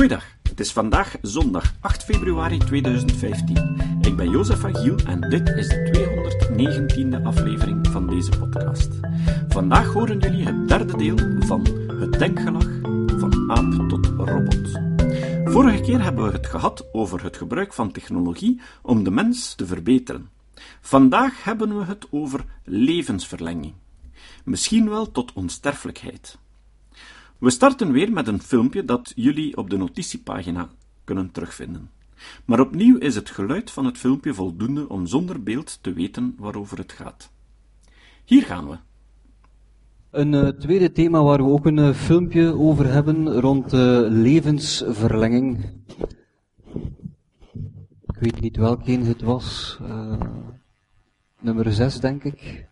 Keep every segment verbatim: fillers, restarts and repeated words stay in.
Goeiedag, het is vandaag zondag acht februari tweeduizend vijftien. Ik ben Jozef van Giel en dit is de tweehonderdnegentiende aflevering van deze podcast. Vandaag horen jullie het derde deel van Het Denkgelag van aap tot robot. Vorige keer hebben we het gehad over het gebruik van technologie om de mens te verbeteren. Vandaag hebben we het over levensverlenging. Misschien wel tot onsterfelijkheid. We starten weer met een filmpje dat jullie op de notitiepagina kunnen terugvinden. Maar opnieuw is het geluid van het filmpje voldoende om zonder beeld te weten waarover het gaat. Hier gaan we. Een uh, tweede thema waar we ook een uh, filmpje over hebben rond uh, levensverlenging. Ik weet niet welk het was. Uh, nummer zes, denk ik.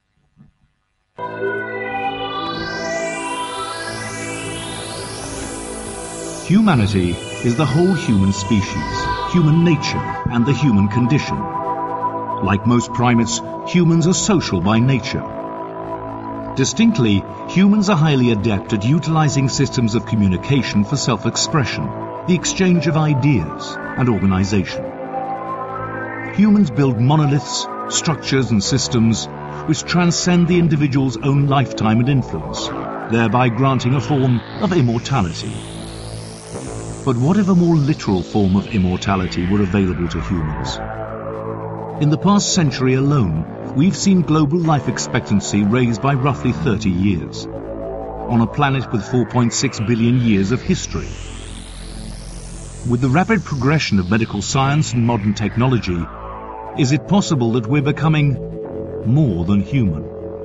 Humanity is the whole human species, human nature, and the human condition. Like most primates, humans are social by nature. Distinctly, humans are highly adept at utilizing systems of communication for self-expression, the exchange of ideas, and organization. Humans build monoliths, structures, and systems which transcend the individual's own lifetime and influence, thereby granting a form of immortality. But what if a more literal form of immortality were available to humans? In the past century alone, we've seen global life expectancy raised by roughly thirty years, on a planet with four point six billion years of history. With the rapid progression of medical science and modern technology, is it possible that we're becoming more than human?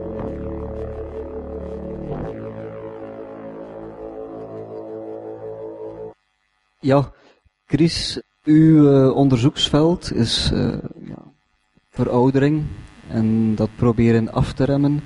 Ja, Chris, uw uh, onderzoeksveld is uh, ja, veroudering en dat proberen af te remmen.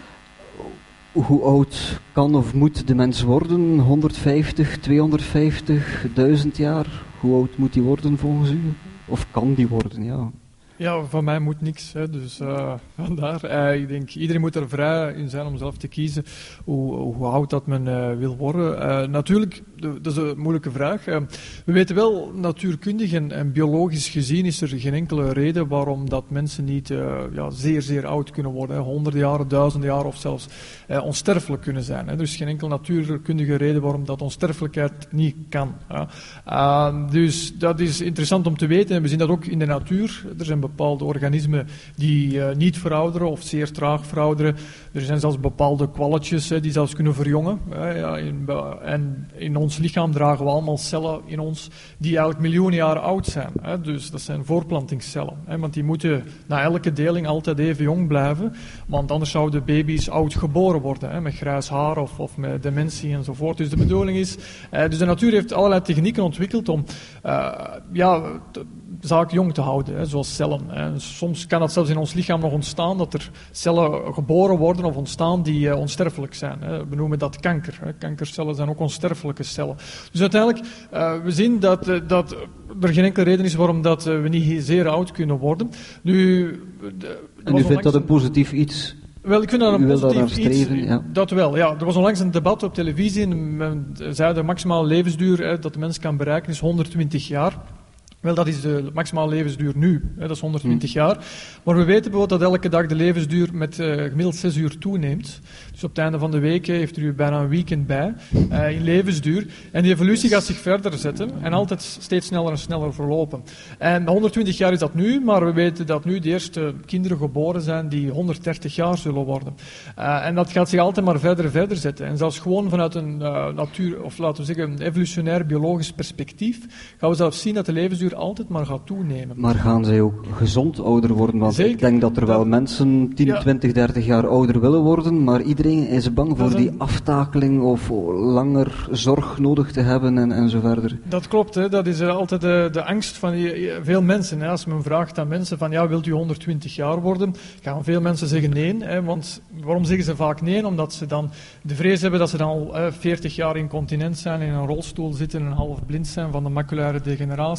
Hoe oud kan of moet de mens worden? honderdvijftig, tweehonderdvijftig, duizend jaar? Hoe oud moet die worden volgens u? Of kan die worden, ja? Ja, van mij moet niks. Hè. Dus uh, vandaar. Uh, ik denk, iedereen moet er vrij in zijn om zelf te kiezen hoe, hoe oud dat men uh, wil worden. Uh, natuurlijk, de, dat is een moeilijke vraag. Uh, we weten wel, natuurkundig en, en biologisch gezien is er geen enkele reden waarom dat mensen niet uh, ja, zeer, zeer oud kunnen worden. Hè. Honderden jaren, duizenden jaren of zelfs uh, onsterfelijk kunnen zijn. Hè. Er is geen enkele natuurkundige reden waarom dat onsterfelijkheid niet kan. Hè. Uh, dus dat is interessant om te weten. En we zien dat ook in de natuur. Er zijn bepaalde organismen die uh, niet verouderen of zeer traag verouderen. Er zijn zelfs bepaalde kwalletjes hè, die zelfs kunnen verjongen. Hè, ja, in, en in ons lichaam dragen we allemaal cellen in ons die eigenlijk miljoenen jaren oud zijn. Hè, dus dat zijn voorplantingscellen. Hè, want die moeten na elke deling altijd even jong blijven. Want anders zouden baby's oud geboren worden. Hè, met grijs haar of, of met dementie enzovoort. Dus de bedoeling is... Uh, dus de natuur heeft allerlei technieken ontwikkeld om uh, ja, zaken jong te houden. Hè, zoals cellen. En soms kan het zelfs in ons lichaam nog ontstaan dat er cellen geboren worden of ontstaan die uh, onsterfelijk zijn. Hè. We noemen dat kanker. Hè. Kankercellen zijn ook onsterfelijke cellen. Dus uiteindelijk, uh, we zien dat, uh, dat er geen enkele reden is waarom dat, uh, we niet zeer oud kunnen worden. Nu, de, en u vindt dat een positief iets? Wel, ik vind dat een positief streven, iets. Ja. Dat wel, ja. Er was onlangs een debat op televisie en men zei de maximale levensduur hè, dat de mens kan bereiken is honderdtwintig jaar. Wel, dat is de maximale levensduur nu, hè, dat is honderdtwintig jaar. Maar we weten bijvoorbeeld dat elke dag de levensduur met uh, gemiddeld zes uur toeneemt. Dus op het einde van de week heeft er u bijna een weekend bij uh, in levensduur. En die evolutie gaat zich verder zetten en altijd steeds sneller en sneller verlopen. En honderdtwintig jaar is dat nu, maar we weten dat nu de eerste kinderen geboren zijn die honderddertig jaar zullen worden. Uh, en dat gaat zich altijd maar verder en verder zetten. En zelfs gewoon vanuit een uh, natuur, of laten we zeggen een evolutionair biologisch perspectief, gaan we zelfs zien dat de levensduur altijd maar gaat toenemen. Maar gaan zij ook gezond ouder worden? Want Zeker. Ik denk dat er wel mensen tien, ja. twintig, dertig jaar ouder willen worden, maar iedereen is bang voor een... die aftakeling of langer zorg nodig te hebben en, en zo verder. Dat klopt, hè. Dat is uh, altijd de, de angst van die, veel mensen. Hè. Als men vraagt aan mensen van, ja, wilt u honderdtwintig jaar worden? Gaan veel mensen zeggen nee, hè, want waarom zeggen ze vaak nee? Omdat ze dan de vrees hebben dat ze dan al uh, veertig jaar incontinent zijn, in een rolstoel zitten en half blind zijn van de maculaire degeneratie.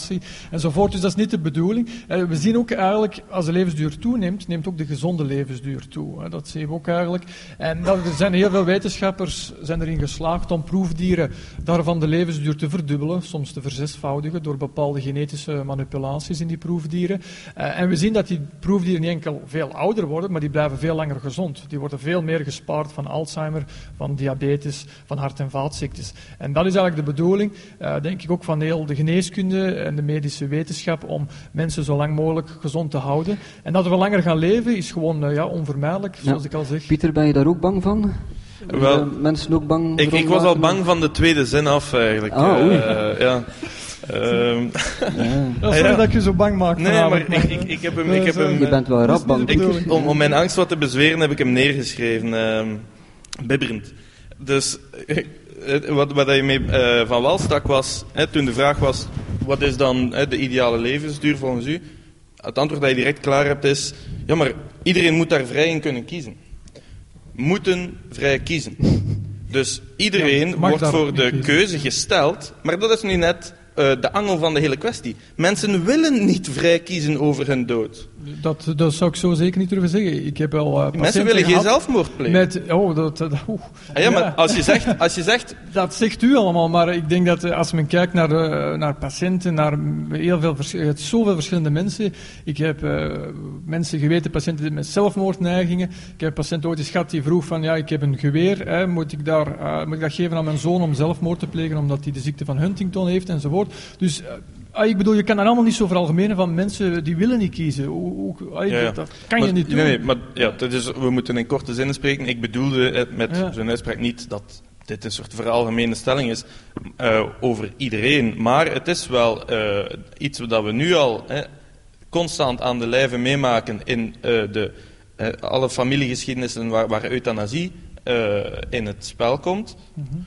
enzovoort. Dus dat is niet de bedoeling. Uh, we zien ook eigenlijk, als de levensduur toeneemt, neemt ook de gezonde levensduur toe. Hè. Dat zien we ook eigenlijk. En dat, er zijn heel veel wetenschappers zijn erin geslaagd om proefdieren daarvan de levensduur te verdubbelen, soms te verzesvoudigen door bepaalde genetische manipulaties in die proefdieren. Uh, en we zien dat die proefdieren niet enkel veel ouder worden, maar die blijven veel langer gezond. Die worden veel meer gespaard van Alzheimer, van diabetes, van hart- en vaatziektes. En dat is eigenlijk de bedoeling, uh, denk ik ook van heel de geneeskunde en de medische wetenschap, om mensen zo lang mogelijk gezond te houden. En dat we langer gaan leven is gewoon uh, ja, onvermijdelijk, zoals ja. ik al zeg. Pieter, ben je daar ook bang van? Wel, uh, mensen ook bang ik, ik was al bang van de tweede zin af, eigenlijk. Ah, oei. Uh, ja. Um, ja. Dat is ja. dat ik je zo bang maak. Nee, maar, maar ik, ik, ik heb hem... Ik heb hem je bent wel rap bang. Ik, om, om mijn angst wat te bezweren heb ik hem neergeschreven. Uh, bibberend. Dus wat, wat je mee uh, van wal stak was, hè, toen de vraag was, wat is dan hè, de ideale levensduur volgens u? Het antwoord dat je direct klaar hebt is, ja, maar iedereen moet daar vrij in kunnen kiezen. Moeten vrij kiezen. Dus iedereen ja, wordt voor de kiezen. Keuze gesteld, maar dat is nu net uh, de angel van de hele kwestie. Mensen willen niet vrij kiezen over hun dood. Dat, dat zou ik zo zeker niet durven zeggen. Ik heb wel, uh, mensen willen geen zelfmoord plegen. Met, oh, dat, dat, oh. Ah, ja, maar als je zegt, als je zegt... Dat zegt u allemaal, maar ik denk dat als men kijkt naar, uh, naar patiënten, naar heel veel, vers- zoveel verschillende mensen. Ik heb uh, mensen geweten, patiënten met zelfmoordneigingen. Ik heb een patiënt ooit eens gehad die vroeg van, ja, ik heb een geweer, hè, moet, ik daar, uh, moet ik dat geven aan mijn zoon om zelfmoord te plegen, omdat hij de ziekte van Huntington heeft, enzovoort. Dus... Uh, Ah, ik bedoel, je kan dat allemaal niet zo veralgemenen van mensen die willen niet kiezen. Hoe, hoe, ah, ja, ja. Dat, dat kan maar, je niet doen. Nee, nee, maar ja, dat is, we moeten in korte zinnen spreken. Ik bedoelde het met ja. zo'n uitspraak niet dat dit een soort veralgemene stelling is uh, over iedereen. Maar het is wel uh, iets dat we nu al eh, constant aan de lijve meemaken in uh, de, uh, alle familiegeschiedenissen waar, waar euthanasie uh, in het spel komt. Mm-hmm.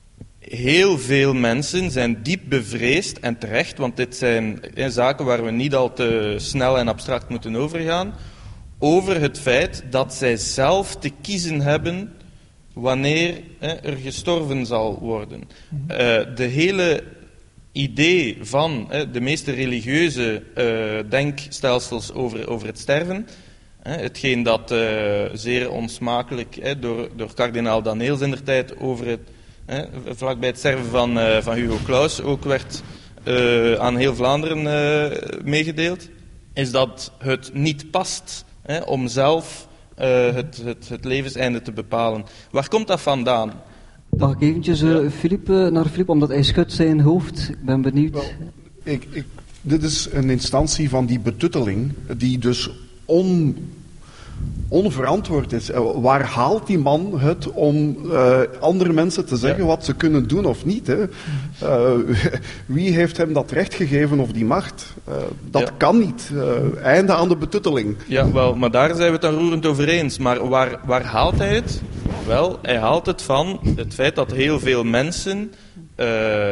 Heel veel mensen zijn diep bevreesd, en terecht, want dit zijn eh, zaken waar we niet al te snel en abstract moeten overgaan, over het feit dat zij zelf te kiezen hebben wanneer eh, er gestorven zal worden. Uh, de hele idee van eh, de meeste religieuze uh, denkstelsels over, over het sterven, eh, hetgeen dat uh, zeer onsmakelijk eh, door, door kardinaal Daneels indertijd over het He, vlak bij het sterven van, uh, van Hugo Claus ook werd uh, aan heel Vlaanderen uh, meegedeeld, is dat het niet past he, om zelf uh, het, het, het levenseinde te bepalen. Waar komt dat vandaan? Mag ik eventjes uh, ja. Philippe, uh, naar Philippe, omdat hij schudt zijn hoofd. Ik ben benieuwd. Wel, ik, ik, dit is een instantie van die betutteling die dus on... onverantwoord is. Waar haalt die man het om uh, andere mensen te zeggen ja. wat ze kunnen doen of niet? Hè? Uh, wie heeft hem dat recht gegeven of die macht? Uh, dat ja. kan niet. Uh, einde aan de betutteling. Ja, wel, maar daar zijn we het dan roerend over eens. Maar waar, waar haalt hij het? Wel, hij haalt het van het feit dat heel veel mensen uh,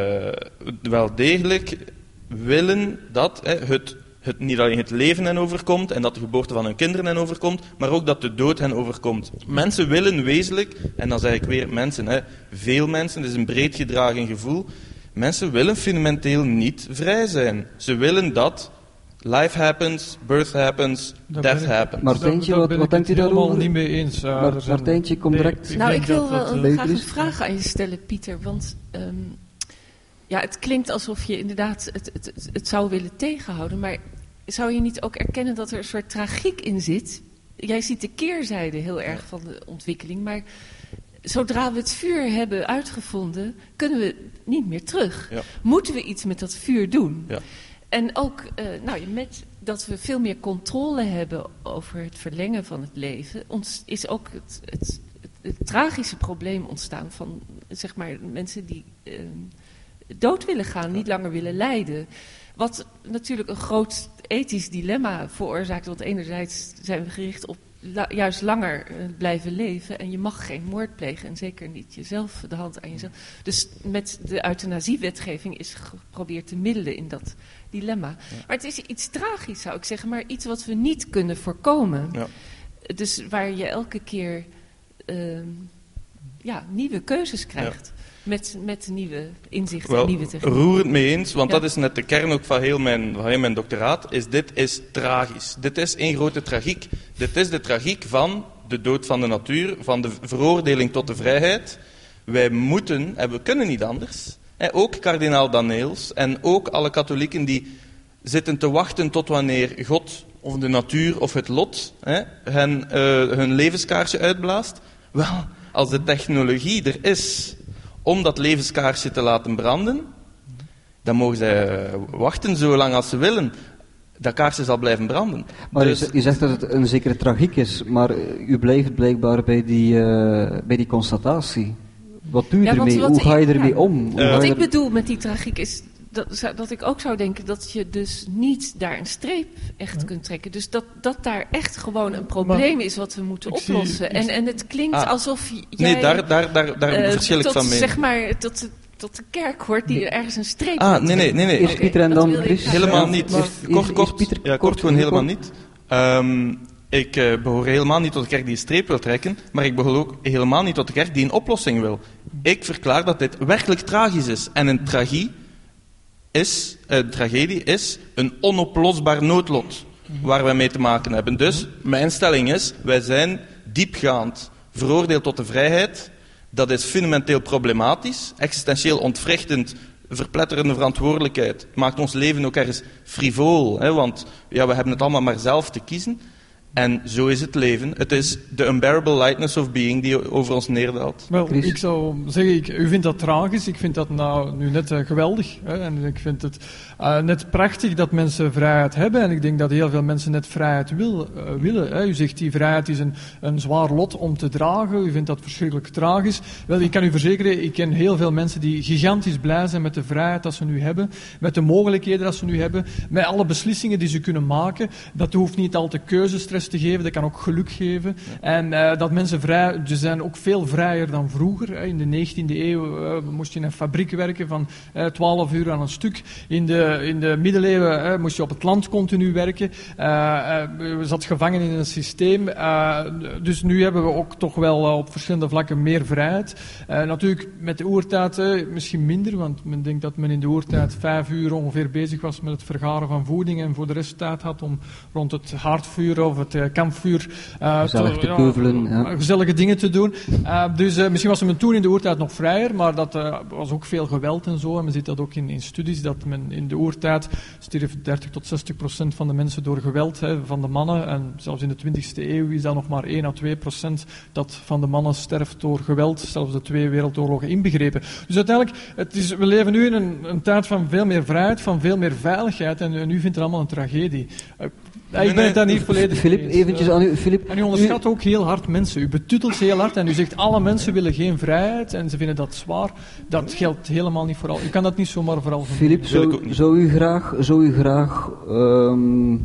wel degelijk willen dat hè, het Het, niet alleen het leven hen overkomt en dat de geboorte van hun kinderen hen overkomt, maar ook dat de dood hen overkomt. Mensen willen wezenlijk, en dan zeg ik weer mensen, hè, veel mensen, het is een breed gedragen gevoel, mensen willen fundamenteel niet vrij zijn. Ze willen dat life happens, birth happens, daar death ik, happens. Martijntje, wat, wat denkt u daarover? Niet mee eens. Uh, maar, zijn, Martijntje, kom direct. Ik nou, ik wil wel uh, graag een vraag aan je stellen, Pieter, want... Um, Ja, het klinkt alsof je inderdaad het, het, het, het zou willen tegenhouden, maar zou je niet ook erkennen dat er een soort tragiek in zit? Jij ziet de keerzijde heel erg van de ontwikkeling, maar zodra we het vuur hebben uitgevonden, kunnen we niet meer terug. Ja. Moeten we iets met dat vuur doen? Ja. En ook uh, nou, met dat we veel meer controle hebben over het verlengen van het leven, ons is ook het, het, het, het tragische probleem ontstaan van zeg maar mensen die... Uh, dood willen gaan, niet langer willen lijden. Wat natuurlijk een groot ethisch dilemma veroorzaakt. Want enerzijds zijn we gericht op la- juist langer uh, blijven leven. En je mag geen moord plegen. En zeker niet jezelf, de hand aan jezelf. Dus met de euthanasiewetgeving is geprobeerd te middelen in dat dilemma. Ja. Maar het is iets tragisch, zou ik zeggen. Maar iets wat we niet kunnen voorkomen. Ja. Dus waar je elke keer uh, ja, nieuwe keuzes krijgt. Ja. met, met nieuwe inzichten Wel, en nieuwe technieken. roerend mee eens, want Ja. dat is net de kern ook van heel mijn, van heel mijn doctoraat, is dit is tragisch. Dit is één grote tragiek. Dit is de tragiek van de dood van de natuur, van de veroordeling tot de vrijheid. Wij moeten, en we kunnen niet anders, hè, ook kardinaal Daneels en ook alle katholieken die zitten te wachten tot wanneer God of de natuur of het lot hè, hen, uh, hun levenskaarsje uitblaast. Wel, als de technologie er is om dat levenskaarsje te laten branden, dan mogen zij uh, wachten zolang als ze willen. Dat kaarsje zal blijven branden. Maar dus, u, u zegt dat het een zekere tragiek is, maar u blijft blijkbaar bij die, uh, bij die constatatie. Wat doe je Ja, want ermee? wat Hoe ga je ik- ermee ja. om? Hoe Uh, ga Wat je ik er- bedoel met die tragiek is dat, zou- dat ik ook zou denken dat je dus niet daar een streep echt kunt trekken. Dus dat, dat daar echt gewoon een probleem is wat we moeten ik zie- oplossen. ik en, zie- en het klinkt Ah. alsof j- jij nee, daar, daar, daar, daar eh, verschil ik tot, van mening. zeg maar, tot, de, tot de kerk hoort die ergens een streep Ah, wil nee, nee, nee, nee. Eerst Oké, Pieter en dat dan wilde ik Chris. graag Helemaal weten. niet. Maar Kort, eerst- kort, eerst Pieter, ja, kort kort, gewoon heel helemaal kort. niet. Ehm, ik uh, behoor helemaal niet tot de kerk die een streep wil trekken, maar ik behoor ook helemaal niet tot de kerk die een oplossing wil. Ik verklaar dat dit werkelijk tragisch is. En een tragie is, een tragedie is een onoplosbaar noodlot waar wij mee te maken hebben. Dus mijn stelling is, wij zijn diepgaand veroordeeld tot de vrijheid. Dat is fundamenteel problematisch, existentieel ontwrichtend, verpletterende verantwoordelijkheid. Maakt ons leven ook ergens frivol, hè, want ja, we hebben het allemaal maar zelf te kiezen. En zo is het leven. Het is de unbearable lightness of being die over ons neerdaalt. Wel, Chris? ik zou zeggen, ik, u vindt dat tragisch, ik vind dat nou nu net uh, geweldig. Hè, en ik vind het uh, net prachtig dat mensen vrijheid hebben. En ik denk dat heel veel mensen net vrijheid wil, uh, willen. Hè. U zegt, die vrijheid is een, een zwaar lot om te dragen. U vindt dat verschrikkelijk tragisch. Wel, ik kan u verzekeren, ik ken heel veel mensen die gigantisch blij zijn met de vrijheid dat ze nu hebben. Met de mogelijkheden dat ze nu hebben. Met alle beslissingen die ze kunnen maken. Dat hoeft niet altijd keuzestress te geven, dat kan ook geluk geven. En uh, dat mensen vrij, ze zijn ook veel vrijer dan vroeger. Hè. In de negentiende eeuw uh, moest je in een fabriek werken van uh, twaalf uur aan een stuk. In de, in de middeleeuwen uh, moest je op het land continu werken. Uh, uh, we zat gevangen in een systeem. Uh, dus nu hebben we ook toch wel uh, op verschillende vlakken meer vrijheid. Uh, natuurlijk met de oertijd uh, misschien minder, want men denkt dat men in de oertijd vijf uur ongeveer bezig was met het vergaren van voeding en voor de rest tijd had om rond het haardvuur of het uh, kampvuur uh, Gezellig te ja, keuvelen, ja. gezellige dingen te doen. Uh, dus uh, misschien was men toen in de oertijd nog vrijer, maar dat uh, was ook veel geweld en zo. En men ziet dat ook in, in studies, dat men in de oertijd stierf dertig tot zestig procent van de mensen door geweld, hè, van de mannen. En zelfs in de twintigste eeuw is dat nog maar één à twee procent dat van de mannen sterft door geweld, zelfs de twee wereldoorlogen inbegrepen. Dus uiteindelijk, het is, we leven nu in een, een tijd van veel meer vrijheid, van veel meer veiligheid en, en u vindt het allemaal een tragedie. Uh, Ja, ik ben het daar niet volledig Filip, mee eens. eventjes aan u. Filip, En u onderschat ook heel hard mensen. U betutelt ze heel hard en u zegt alle mensen willen geen vrijheid en ze vinden dat zwaar. Dat geldt helemaal niet vooral. U kan dat niet zomaar vooral vinden. Filip, Wil ik ook zou, niet. zou u graag, zou u graag um,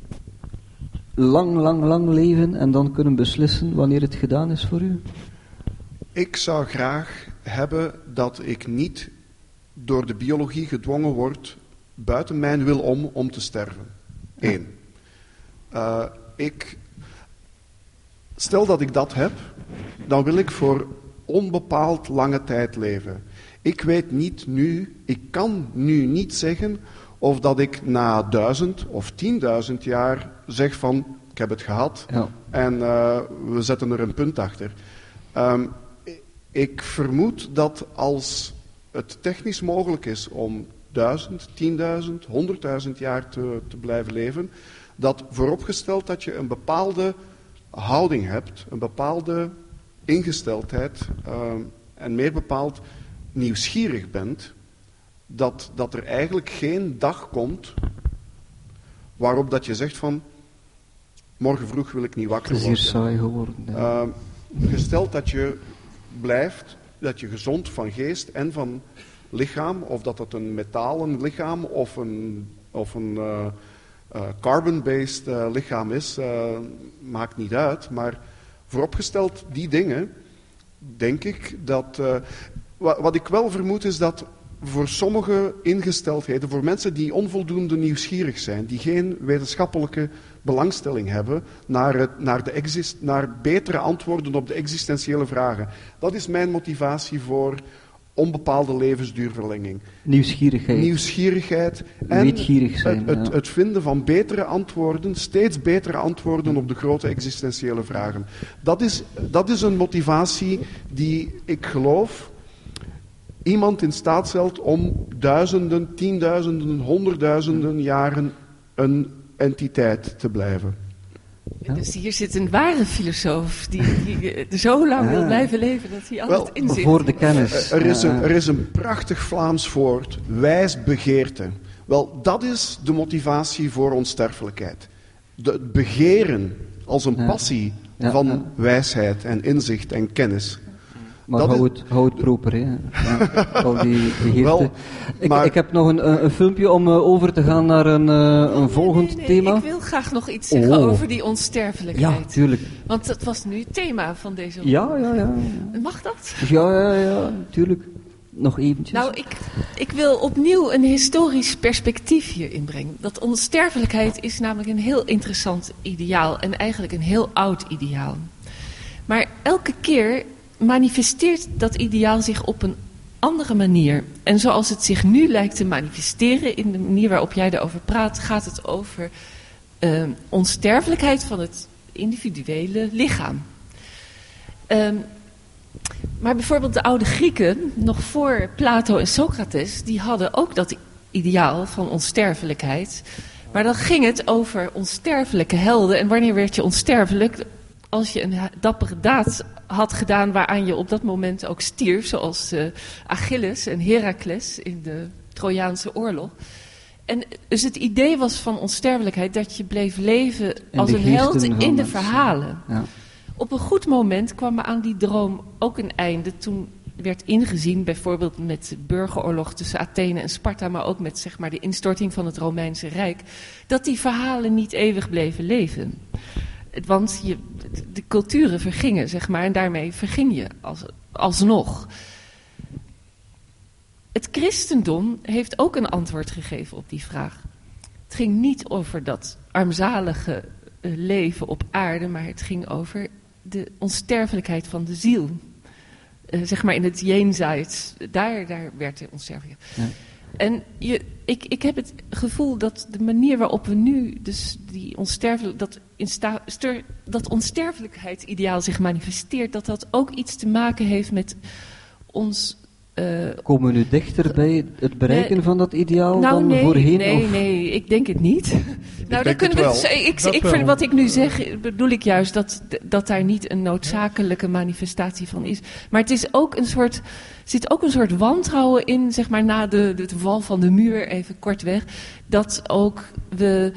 lang, lang, lang leven en dan kunnen beslissen wanneer het gedaan is voor u? Ik zou graag hebben dat ik niet door de biologie gedwongen word buiten mijn wil om, om te sterven. Eén. Uh, ik, stel dat ik dat heb, dan wil ik voor onbepaald lange tijd leven. Ik weet niet nu, ik kan nu niet zeggen of dat ik na duizend of tienduizend jaar zeg van, ik heb het gehad Ja. en uh, we zetten er een punt achter. Um, ik vermoed dat als het technisch mogelijk is om duizend, tienduizend, honderdduizend jaar te, te blijven leven, dat vooropgesteld dat je een bepaalde houding hebt, een bepaalde ingesteldheid uh, en meer bepaald nieuwsgierig bent, dat, dat er eigenlijk geen dag komt waarop dat je zegt van, morgen vroeg wil ik niet wakker Het is hier worden. saai geworden. Ja. Uh, gesteld dat je blijft, dat je gezond van geest en van lichaam, of dat het een metalen lichaam of een, of een uh, uh, carbon-based uh, lichaam is, uh, maakt niet uit. Maar vooropgesteld die dingen, denk ik dat... Uh, wat, wat ik wel vermoed is dat voor sommige ingesteldheden, voor mensen die onvoldoende nieuwsgierig zijn, die geen wetenschappelijke belangstelling hebben naar, het, naar, de exist, naar betere antwoorden op de existentiële vragen. Dat is mijn motivatie voor onbepaalde levensduurverlenging. Nieuwsgierigheid. Nieuwsgierigheid. En Weetgierig zijn. het, het, ja. het vinden van betere antwoorden, steeds betere antwoorden op de grote existentiële vragen. Dat is, dat is een motivatie die, ik geloof, iemand in staat stelt om duizenden, tienduizenden, honderdduizenden jaren een entiteit te blijven. Ja. Dus hier zit een ware filosoof die, die zo lang ja. wil blijven leven dat hij altijd Wel, inzicht. Voor de kennis. Er is, ja. een, er is een prachtig Vlaams woord, wijsbegeerte. Wel, dat is de motivatie voor onsterfelijkheid. De, het begeren als een ja. passie ja, van ja. wijsheid en inzicht en kennis. Maar hou het, hou het proper, hè. Ja, hou die begeerte. Ik, maar... ik heb nog een, een filmpje om uh, over te gaan naar een, uh, een volgend nee, nee, nee. thema. Ik wil graag nog iets zeggen oh. over die onsterfelijkheid. Ja, tuurlijk. Want dat was nu het thema van deze Ja, ja, ja. Mag dat? Ja, ja, ja, tuurlijk. Nog eventjes. Nou, ik, ik wil opnieuw een historisch perspectief hier inbrengen. Dat onsterfelijkheid is namelijk een heel interessant ideaal. En eigenlijk een heel oud ideaal. Maar elke keer manifesteert dat ideaal zich op een andere manier. En zoals het zich nu lijkt te manifesteren, in de manier waarop jij erover praat, gaat het over uh, onsterfelijkheid van het individuele lichaam. Um, maar bijvoorbeeld de oude Grieken, nog voor Plato en Socrates, die hadden ook dat ideaal van onsterfelijkheid. Maar dan ging het over onsterfelijke helden. En wanneer werd je onsterfelijk? Als je een dappere daad had gedaan waaraan je op dat moment ook stierf, zoals uh, Achilles en Heracles in de Trojaanse oorlog. En dus het idee was van onsterfelijkheid dat je bleef leven als een held in de verhalen. Ja. Op een goed moment kwam er aan die droom ook een einde. Toen werd ingezien, bijvoorbeeld met de burgeroorlog tussen Athene en Sparta, maar ook met zeg maar, de instorting van het Romeinse Rijk, dat die verhalen niet eeuwig bleven leven. Want je, de culturen vergingen, zeg maar, en daarmee verging je als, alsnog. Het christendom heeft ook een antwoord gegeven op die vraag. Het ging niet over dat armzalige uh, leven op aarde, maar het ging over de onsterfelijkheid van de ziel. Uh, zeg maar in het jenseits, daar, daar werd de onsterfelijkheid. Ja. En je, ik, ik heb het gevoel dat de manier waarop we nu dus die onsterfelijk, dat, insta, ster, dat onsterfelijkheidsideaal zich manifesteert, dat dat ook iets te maken heeft met ons. Uh, Komen we nu dichter bij het bereiken uh, van dat ideaal nou, dan nee, voorheen? Nee, of? nee, ik denk het niet. nou, dan kunnen we. Dus, ik, ik, ik, wat ik nu zeg, bedoel ik juist dat, dat daar niet een noodzakelijke manifestatie van is. Maar het is ook een soort. Er zit ook een soort wantrouwen in, zeg maar, na de, de, de val van de muur, even kortweg, dat ook we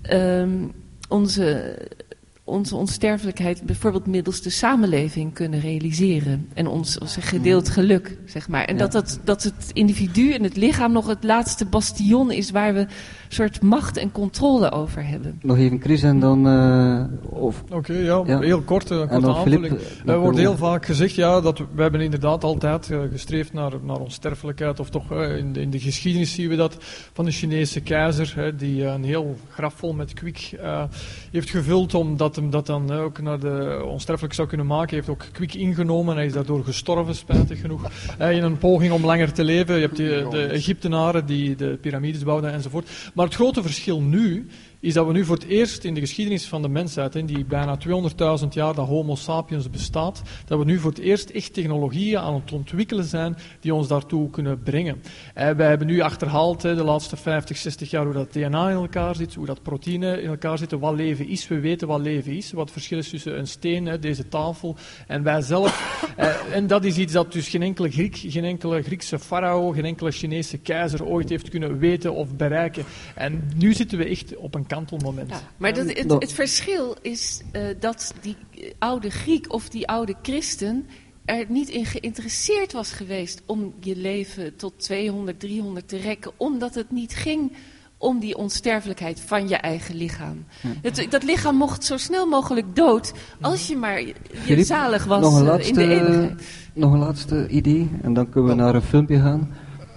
um, onze. onze onsterfelijkheid bijvoorbeeld middels de samenleving kunnen realiseren. En ons, ons gedeeld geluk, zeg maar. En ja. dat, dat, dat het individu en het lichaam nog het laatste bastion is waar we een soort macht en controle over hebben. Nog even Chris en dan... Uh, Oké, okay, ja, ja, heel kort, een korte aanvulling. Er wordt heel vaak gezegd, ja, dat we hebben inderdaad altijd uh, gestreefd naar, naar onsterfelijkheid, of toch uh, in, de, in de geschiedenis zien we dat, van de Chinese keizer, uh, die uh, een heel graf vol met kwik uh, heeft gevuld, omdat hem dat dan uh, ook naar de onsterfelijk zou kunnen maken. Hij heeft ook kwik ingenomen, hij is daardoor gestorven, spijtig genoeg, uh, in een poging om langer te leven. Je hebt die, de Egyptenaren die de piramides bouwden enzovoort. Maar het grote verschil nu is dat we nu voor het eerst in de geschiedenis van de mensheid, in die bijna tweehonderdduizend jaar dat Homo sapiens bestaat, dat we nu voor het eerst echt technologieën aan het ontwikkelen zijn die ons daartoe kunnen brengen. Eh, wij hebben nu achterhaald hè, de laatste vijftig, zestig jaar hoe dat D N A in elkaar zit, hoe dat proteïnen in elkaar zitten, wat leven is. We weten wat leven is, wat het verschil is tussen een steen, hè, deze tafel, en wij zelf. Eh, en dat is iets dat dus geen enkele Griek, geen enkele Griekse farao, geen enkele Chinese keizer ooit heeft kunnen weten of bereiken. En nu zitten we echt op een kantelmoment. Ja, maar dat, het, het verschil is uh, dat die oude Griek of die oude christen er niet in geïnteresseerd was geweest om je leven tot tweehonderd, driehonderd te rekken, omdat het niet ging om die onsterfelijkheid van je eigen lichaam. Ja. Het, dat lichaam mocht zo snel mogelijk dood, als je maar je Philippe, zalig was nog een uh, laatste, in de eeuwigheid. Nog een laatste idee, en dan kunnen we naar een filmpje gaan.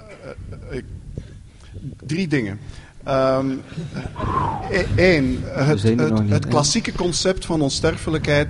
Uh, ik, drie dingen. Um, Eén, het, het, het klassieke concept van onsterfelijkheid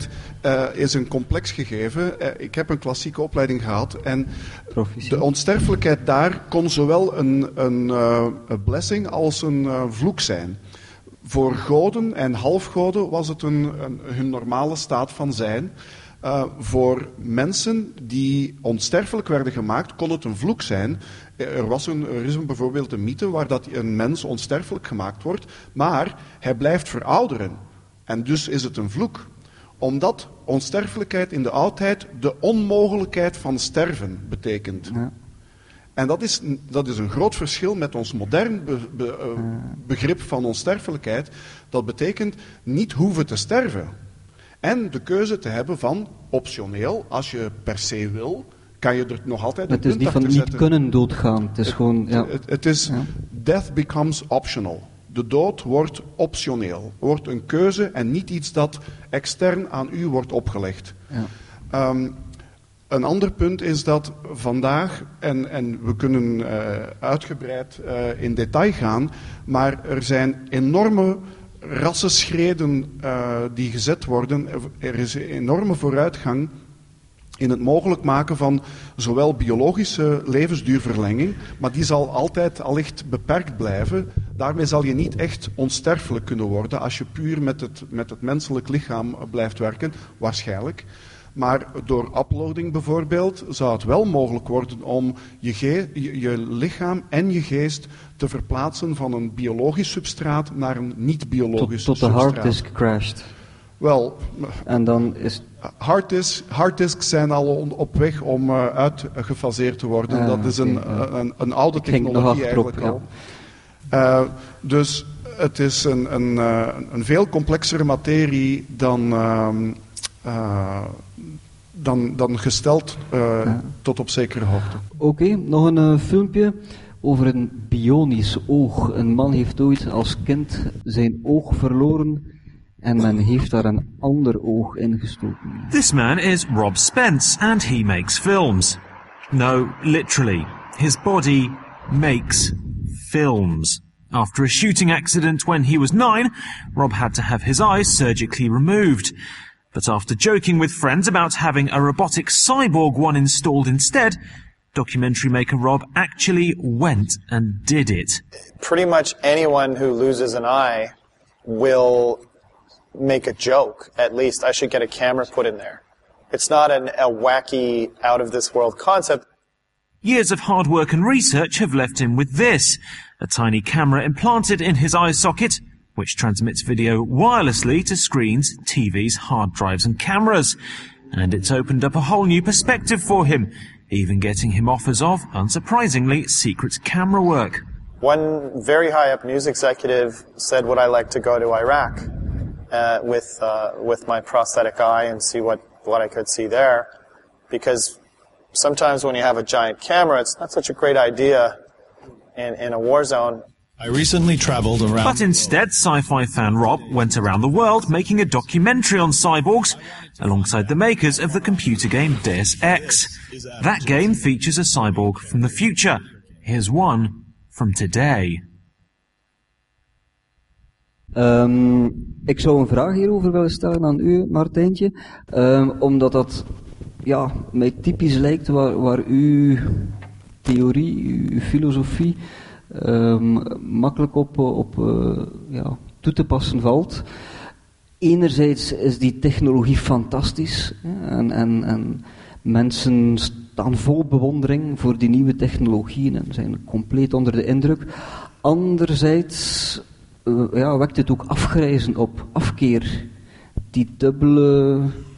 uh, is een complex gegeven. Uh, ik heb een klassieke opleiding gehad en Proficiat. De onsterfelijkheid daar kon zowel een, een, uh, een blessing als een uh, vloek zijn. Voor goden en halfgoden was het een, een, hun normale staat van zijn. Uh, voor mensen die onsterfelijk werden gemaakt, kon het een vloek zijn. Er, was een, er is een, bijvoorbeeld een mythe waar dat een mens onsterfelijk gemaakt wordt, maar hij blijft verouderen. En dus is het een vloek. Omdat onsterfelijkheid in de oudheid de onmogelijkheid van sterven betekent. Ja. En dat is, dat is een groot verschil met ons modern be, be, uh, begrip van onsterfelijkheid. Dat betekent niet hoeven te sterven. En de keuze te hebben van, optioneel, als je per se wil, kan je er nog altijd een punt achter zetten. Het is niet van niet kunnen doodgaan. Het is het, gewoon, ja. Het, het is, ja. Death becomes optional. De dood wordt optioneel. Wordt een keuze en niet iets dat extern aan u wordt opgelegd. Ja. Um, een ander punt is dat vandaag, en, en we kunnen uh, uitgebreid uh, in detail gaan, maar er zijn enorme rassenschreden uh, die gezet worden. Er is een enorme vooruitgang in het mogelijk maken van zowel biologische levensduurverlenging, maar die zal altijd allicht beperkt blijven. Daarmee zal je niet echt onsterfelijk kunnen worden als je puur met het, met het menselijk lichaam blijft werken, waarschijnlijk. Maar door uploading bijvoorbeeld zou het wel mogelijk worden om je, ge- je, je lichaam en je geest te verplaatsen van een biologisch substraat naar een niet-biologisch tot, tot substraat. Tot de harddisk crasht. Wel, en dan is... Harddisk, hardisks zijn al op weg om uh, uitgefaseerd te worden. Uh, dat is een, okay, uh, een, een oude technologie eigenlijk al. Ja. Uh, dus het is een, een, uh, een veel complexere materie dan... Uh, Uh, dan, dan gesteld uh, ja. tot op zekere hoogte. Oké, okay, nog een uh, filmpje over een bionisch oog. Een man heeft ooit als kind zijn oog verloren en men heeft daar een ander oog in gestoken. This man is Rob Spence and he makes films. No, literally. His body makes films. After a shooting accident when he was nine, Rob had to have his eyes surgically removed. But after joking with friends about having a robotic cyborg one installed instead, documentary maker Rob actually went and did it. Pretty much anyone who loses an eye will make a joke, at least. I should get a camera put in there. It's not an, a wacky, out-of-this-world concept. Years of hard work and research have left him with this, a tiny camera implanted in his eye socket, which transmits video wirelessly to screens, T Vs, hard drives and cameras. And it's opened up a whole new perspective for him, even getting him offers of, unsurprisingly, secret camera work. One very high-up news executive said, would I like to go to Iraq uh, with uh, with my prosthetic eye and see what, what I could see there? Because sometimes when you have a giant camera, it's not such a great idea in, in a war zone. I recently traveled around. But instead, sci-fi fan Rob went around the world making a documentary on cyborgs alongside the makers of the computer game Deus Ex. That game features a cyborg from the future. Here's one from today. Um, ik zou een vraag hierover willen stellen aan u, Martijntje. Um, omdat dat ja, mij typisch lijkt waar, waar uw theorie, uw filosofie... Um, makkelijk op, op uh, ja, toe te passen valt. Enerzijds is die technologie fantastisch hè, en, en, en mensen staan vol bewondering voor die nieuwe technologieën en zijn compleet onder de indruk. Anderzijds uh, ja, wekt het ook afgrijzen op, afkeer. Die dubbele,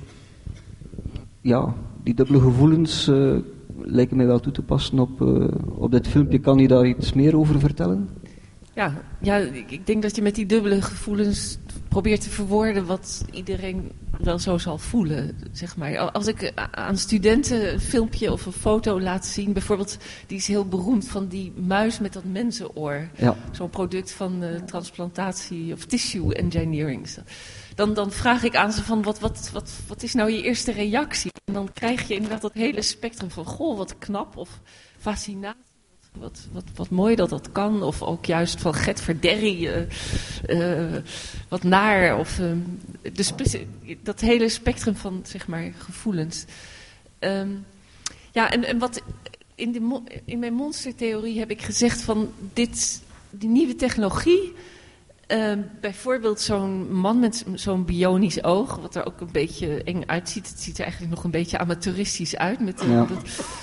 ja, die dubbele gevoelens... Uh, lijken mij wel toe te passen op, uh, op dit filmpje. Kan je daar iets meer over vertellen? Ja, ja, ik denk dat je met die dubbele gevoelens probeert te verwoorden wat iedereen wel zo zal voelen, zeg maar. Als ik aan studenten een filmpje of een foto laat zien, bijvoorbeeld, die is heel beroemd van die muis met dat mensenoor. Ja. Zo'n product van uh, transplantatie of tissue engineering. Dan, dan vraag ik aan ze van, wat, wat, wat, wat is nou je eerste reactie? En dan krijg je inderdaad dat hele spectrum van, goh, wat knap, of fascinatie, of wat, wat, wat mooi dat dat kan. Of ook juist van get verderrie, uh, uh, wat naar. Of, uh, dus dat hele spectrum van, zeg maar, gevoelens. Um, ja, en, en wat in, de mo- in mijn monstertheorie heb ik gezegd van dit, die nieuwe technologie... Uh, bijvoorbeeld zo'n man met zo'n bionisch oog, wat er ook een beetje eng uitziet. Het ziet er eigenlijk nog een beetje amateuristisch uit. Met de, ja. dat,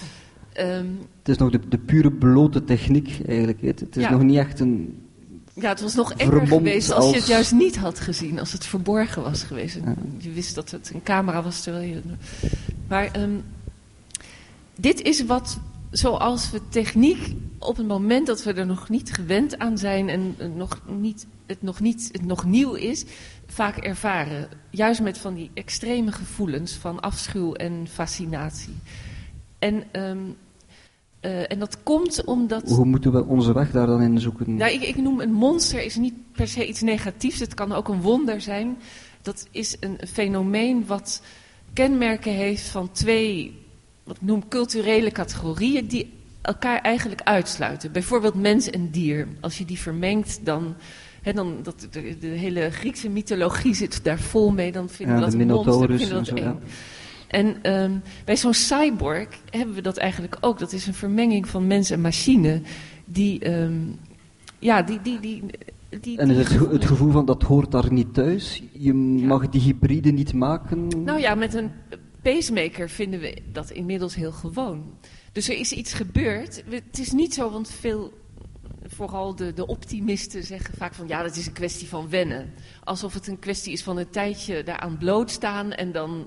um, het is nog de, de pure blote techniek eigenlijk. Het, het is ja. nog niet echt een... Ja, het was nog enger geweest als, als je het juist niet had gezien. Als het verborgen was geweest. Ja. Je wist dat het een camera was terwijl je... Maar um, dit is wat... Zoals we techniek op het moment dat we er nog niet gewend aan zijn en nog niet, het, nog niet, het nog nieuw is, vaak ervaren. Juist met van die extreme gevoelens van afschuw en fascinatie. En, um, uh, en dat komt omdat... Hoe moeten we onze weg daar dan in zoeken? Nou, ik, ik noem een monster is niet per se iets negatiefs. Het kan ook een wonder zijn. Dat is een fenomeen wat kenmerken heeft van twee... wat ik noem culturele categorieën die elkaar eigenlijk uitsluiten. Bijvoorbeeld mens en dier. Als je die vermengt, dan... He, dan dat, de, de hele Griekse mythologie zit daar vol mee. Dan vinden ja, we dat een monster, vinden we dat zo, eng. Ja. En um, bij zo'n cyborg hebben we dat eigenlijk ook. Dat is een vermenging van mens en machine. Die... Um, ja, die... die, die Die, en is het, ge- het gevoel van dat hoort daar niet thuis? Je ja. mag die hybride niet maken? Nou ja, met een pacemaker vinden we dat inmiddels heel gewoon. Dus er is iets gebeurd. Het is niet zo, want veel, vooral de, de optimisten zeggen vaak van... ja, dat is een kwestie van wennen. Alsof het een kwestie is van een tijdje daaraan blootstaan... en dan,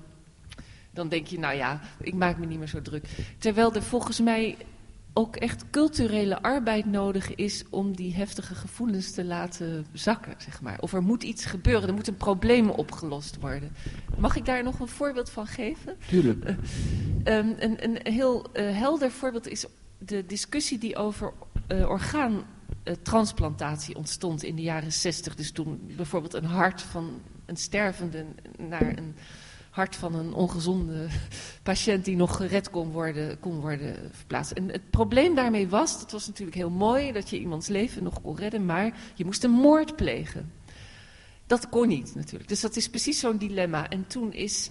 dan denk je, nou ja, ik maak me niet meer zo druk. Terwijl er volgens mij... ook echt culturele arbeid nodig is om die heftige gevoelens te laten zakken, zeg maar. Of er moet iets gebeuren, er moet een probleem opgelost worden. Mag ik daar nog een voorbeeld van geven? Tuurlijk. Uh, um, een, een heel uh, helder voorbeeld is de discussie die over uh, orgaantransplantatie ontstond in de jaren zestig. Dus toen bijvoorbeeld een hart van een stervende naar een... hart van een ongezonde patiënt die nog gered kon worden, kon worden verplaatst. En het probleem daarmee was, het was natuurlijk heel mooi dat je iemands leven nog kon redden, maar je moest een moord plegen. Dat kon niet natuurlijk. Dus dat is precies zo'n dilemma. En toen is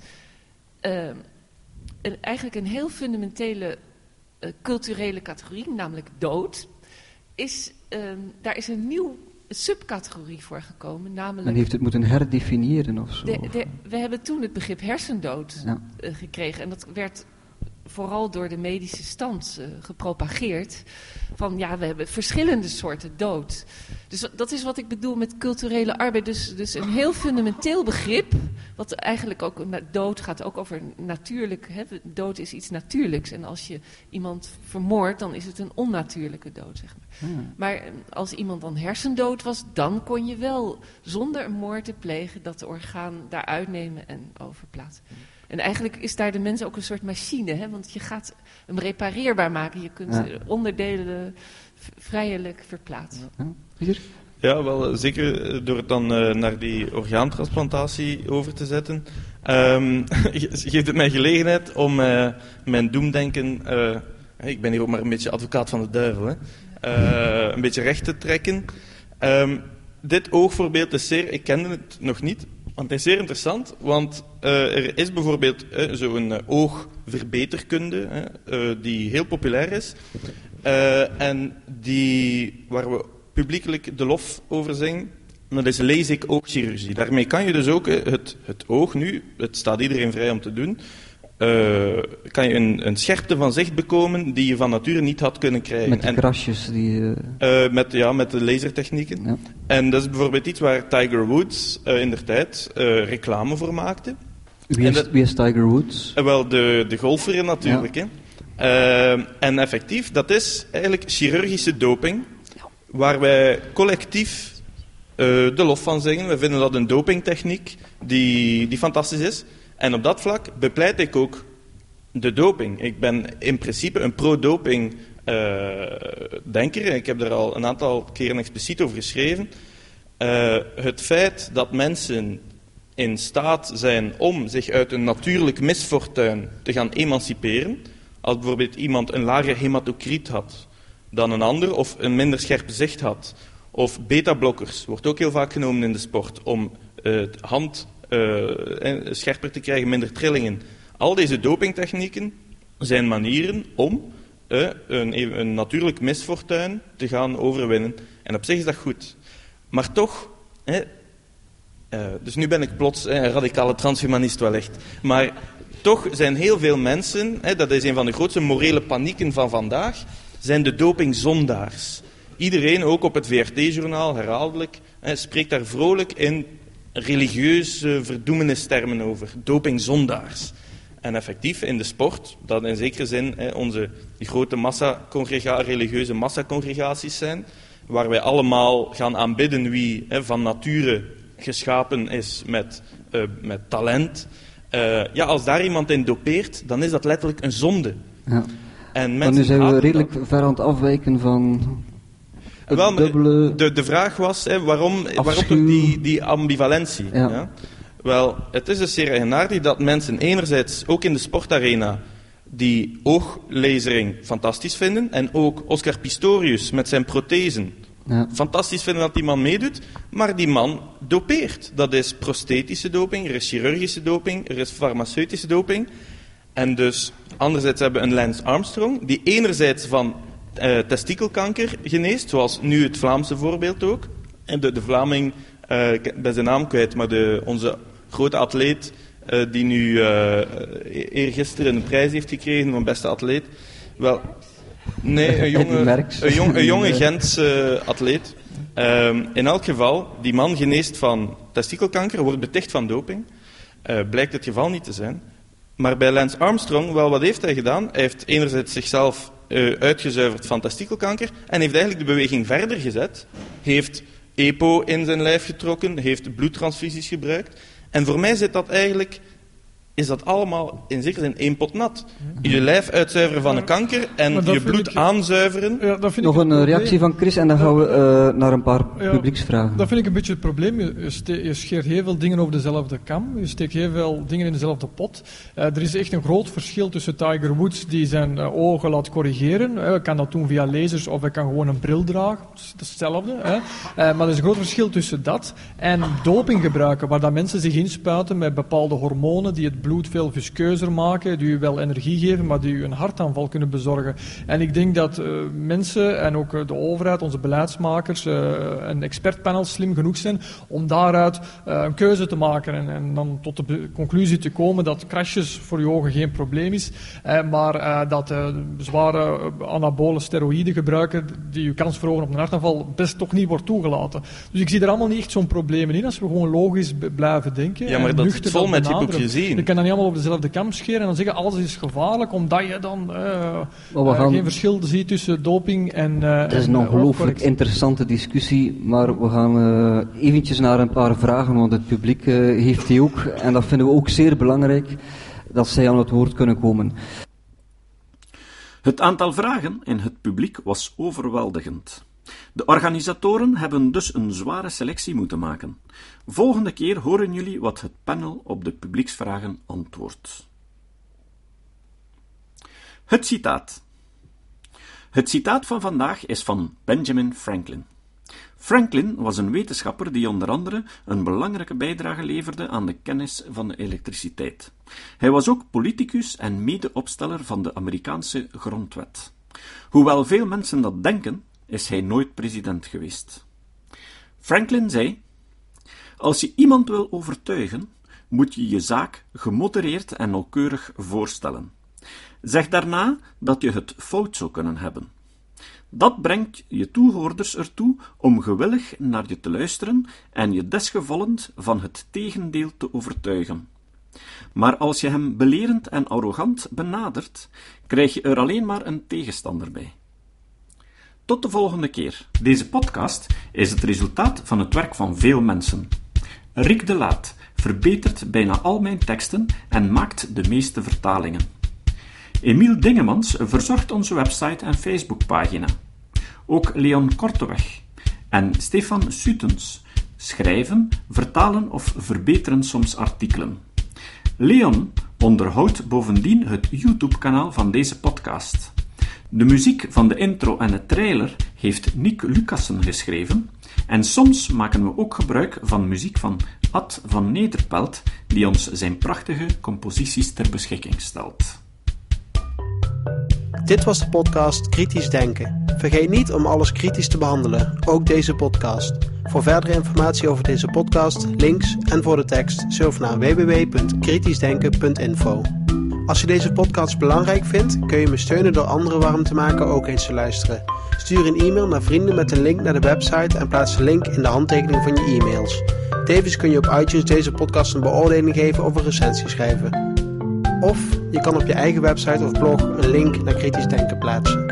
uh, een, eigenlijk een heel fundamentele uh, culturele categorie, namelijk dood, is, uh, daar is een nieuw subcategorie voor gekomen, namelijk... Men heeft het moeten herdefiniëren of zo. De, de, we hebben toen het begrip hersendood ja. uh, gekregen. En dat werd vooral door de medische stand uh, gepropageerd. Van ja, we hebben verschillende soorten dood. Dus dat is wat ik bedoel met culturele arbeid. Dus, dus een heel fundamenteel begrip. Wat eigenlijk ook, dood gaat ook over natuurlijk. Hè? Dood is iets natuurlijks. En als je iemand vermoordt, dan is het een onnatuurlijke dood, zeg maar. Ja. Maar als iemand dan hersendood was, dan kon je wel zonder een moord te plegen dat orgaan daar uitnemen en overplaatsen. En eigenlijk is daar de mens ook een soort machine, hè? Want je gaat hem repareerbaar maken. Je kunt ja. onderdelen v- vrijelijk verplaatsen. Ja. Hier? Ja, wel zeker door het dan uh, naar die orgaantransplantatie over te zetten. Um, geeft het mij gelegenheid om uh, mijn doemdenken... Uh, ik ben hier ook maar een beetje advocaat van de duivel, hè? Uh, een beetje recht te trekken. Um, dit oogvoorbeeld is zeer... Ik kende het nog niet... Want het is zeer interessant, want uh, er is bijvoorbeeld uh, zo'n uh, oogverbeterkunde uh, uh, die heel populair is uh, en die, waar we publiekelijk de lof over zingen, dat is LASIK oogchirurgie. Daarmee kan je dus ook uh, het, het oog nu, het staat iedereen vrij om te doen, uh, kan je een, een scherpte van zicht bekomen die je van nature niet had kunnen krijgen. Met de krasjes die... Uh... Uh, met, ja, met de lasertechnieken. Ja. En dat is bijvoorbeeld iets waar Tiger Woods uh, in der tijd uh, reclame voor maakte. Wie is, dat, wie is Tiger Woods? Uh, wel, de, de golfer natuurlijk. Ja. Hè. Uh, en effectief, dat is eigenlijk chirurgische doping, waar wij collectief uh, de lof van zingen. We vinden dat een dopingtechniek die, die fantastisch is. En op dat vlak bepleit ik ook de doping. Ik ben in principe een pro-doping uh, denker. Ik heb er al een aantal keren expliciet over geschreven. Uh, het feit dat mensen in staat zijn om zich uit een natuurlijk misfortuin te gaan emanciperen. Als bijvoorbeeld iemand een lage hematocriet had, dan een ander of een minder scherp zicht had. Of beta-blokkers, wordt ook heel vaak genomen in de sport, om uh, hand uh, scherper te krijgen, minder trillingen. Al deze dopingtechnieken zijn manieren om uh, een, een natuurlijk misfortuin te gaan overwinnen. En op zich is dat goed. Maar toch, hè, uh, dus nu ben ik plots hè, een radicale transhumanist wellicht, maar toch zijn heel veel mensen, hè, dat is een van de grootste morele panieken van vandaag, zijn de dopingzondaars. Iedereen, ook op het V R T-journaal, herhaaldelijk, hè, spreekt daar vrolijk in religieuze verdoemenistermen over. Dopingzondaars. En effectief in de sport, dat in zekere zin hè, onze die grote massa religieuze massacongregaties zijn, waar wij allemaal gaan aanbidden wie hè, van nature geschapen is met, uh, met talent. Uh, ja, als daar iemand in dopeert, dan is dat letterlijk een zonde. Ja. En maar nu zijn we redelijk dat... ver aan het afwijken van het Wel, dubbele... De, de vraag was, hè, waarom, waarom toch die, die ambivalentie? Ja. Ja? Wel, het is dus zeer eigenaardig dat mensen enerzijds, ook in de sportarena, die ooglasering fantastisch vinden, en ook Oscar Pistorius met zijn prothesen, ja. fantastisch vinden dat die man meedoet, maar die man dopeert. Dat is prosthetische doping, er is chirurgische doping, er is farmaceutische doping. En dus, anderzijds hebben we een Lance Armstrong, die enerzijds van uh, testikelkanker geneest, zoals nu het Vlaamse voorbeeld ook. En de, de Vlaming, uh, ik ben zijn naam kwijt, maar de, onze grote atleet, uh, die nu uh, eergisteren een prijs heeft gekregen van beste atleet. Wel, nee, een jonge, een jong, een jonge Gentse uh, atleet. Um, in elk geval, die man geneest van testikelkanker, wordt beticht van doping. Uh, blijkt het geval niet te zijn. Maar bij Lance Armstrong, wel, wat heeft hij gedaan? Hij heeft enerzijds zichzelf uh, uitgezuiverd van testikelkanker en heeft eigenlijk de beweging verder gezet. Heeft EPO in zijn lijf getrokken, heeft bloedtransfusies gebruikt. En voor mij zit dat eigenlijk, is dat allemaal in zekere zin één pot nat. Je lijf uitzuiveren van een kanker en je bloed ik, aanzuiveren. Ja, dat vind Nog ik een, een reactie van Chris en dan gaan we uh, naar een paar ja, publieksvragen. Dat vind ik een beetje het probleem. Je, ste- je scheert heel veel dingen over dezelfde kam. Je steekt heel veel dingen in dezelfde pot. Uh, er is echt een groot verschil tussen Tiger Woods die zijn uh, ogen laat corrigeren. Uh, hij kan dat doen via lasers of hij kan gewoon een bril dragen. Dat is hetzelfde. Hè. Uh, maar er is een groot verschil tussen dat en doping gebruiken, waar dat mensen zich inspuiten met bepaalde hormonen die het bloed veel viskeuzer maken, die u wel energie geven, maar die u een hartaanval kunnen bezorgen. En ik denk dat uh, mensen en ook uh, de overheid, onze beleidsmakers, uh, een expertpanel slim genoeg zijn om daaruit uh, een keuze te maken en, en dan tot de be- conclusie te komen dat crashes voor je ogen geen probleem is, uh, maar uh, dat uh, zware uh, anabole steroïden gebruiken die uw kans verhogen op een hartaanval best toch niet wordt toegelaten. Dus ik zie er allemaal niet echt zo'n problemen in als we gewoon logisch b- blijven denken. Ja, maar dat is vol met hypocrisie. Je kan dat niet allemaal op dezelfde kam scheren en dan zeggen alles is gevaarlijk, omdat je dan uh, uh, gaan... geen verschil ziet tussen doping en... Uh, Het is een ongelooflijk uh, interessante discussie, maar we gaan uh, eventjes naar een paar vragen, want het publiek uh, heeft die ook, en dat vinden we ook zeer belangrijk, dat zij aan het woord kunnen komen. Het aantal vragen in het publiek was overweldigend. De organisatoren hebben dus een zware selectie moeten maken. Volgende keer horen jullie wat het panel op de publieksvragen antwoordt. Het citaat. Het citaat van vandaag is van Benjamin Franklin. Franklin was een wetenschapper die onder andere een belangrijke bijdrage leverde aan de kennis van de elektriciteit. Hij was ook politicus en medeopsteller van de Amerikaanse grondwet. Hoewel veel mensen dat denken, is hij nooit president geweest. Franklin zei: als je iemand wil overtuigen, moet je je zaak gemodereerd en nauwkeurig voorstellen. Zeg daarna dat je het fout zou kunnen hebben. Dat brengt je toehoorders ertoe om gewillig naar je te luisteren en je desgevallend van het tegendeel te overtuigen. Maar als je hem belerend en arrogant benadert, krijg je er alleen maar een tegenstander bij. Tot de volgende keer. Deze podcast is het resultaat van het werk van veel mensen. Rick de Laat verbetert bijna al mijn teksten en maakt de meeste vertalingen. Emiel Dingemans verzorgt onze website en Facebookpagina. Ook Leon Korteweg en Stefan Sutens schrijven, vertalen of verbeteren soms artikelen. Leon onderhoudt bovendien het YouTube-kanaal van deze podcast. De muziek van de intro en de trailer heeft Nick Lucassen geschreven en soms maken we ook gebruik van muziek van Ad van Nederpelt, die ons zijn prachtige composities ter beschikking stelt. Dit was de podcast Kritisch Denken. Vergeet niet om alles kritisch te behandelen, ook deze podcast. Voor verdere informatie over deze podcast, links en voor de tekst, surf naar w w w punt kritisch denken punt info. Als je deze podcast belangrijk vindt, kun je me steunen door anderen warm te maken ook eens te luisteren. Stuur een e-mail naar vrienden met een link naar de website en plaats de link in de handtekening van je e-mails. Tevens kun je op iTunes deze podcast een beoordeling geven of een recensie schrijven. Of je kan op je eigen website of blog een link naar Kritisch Denken plaatsen.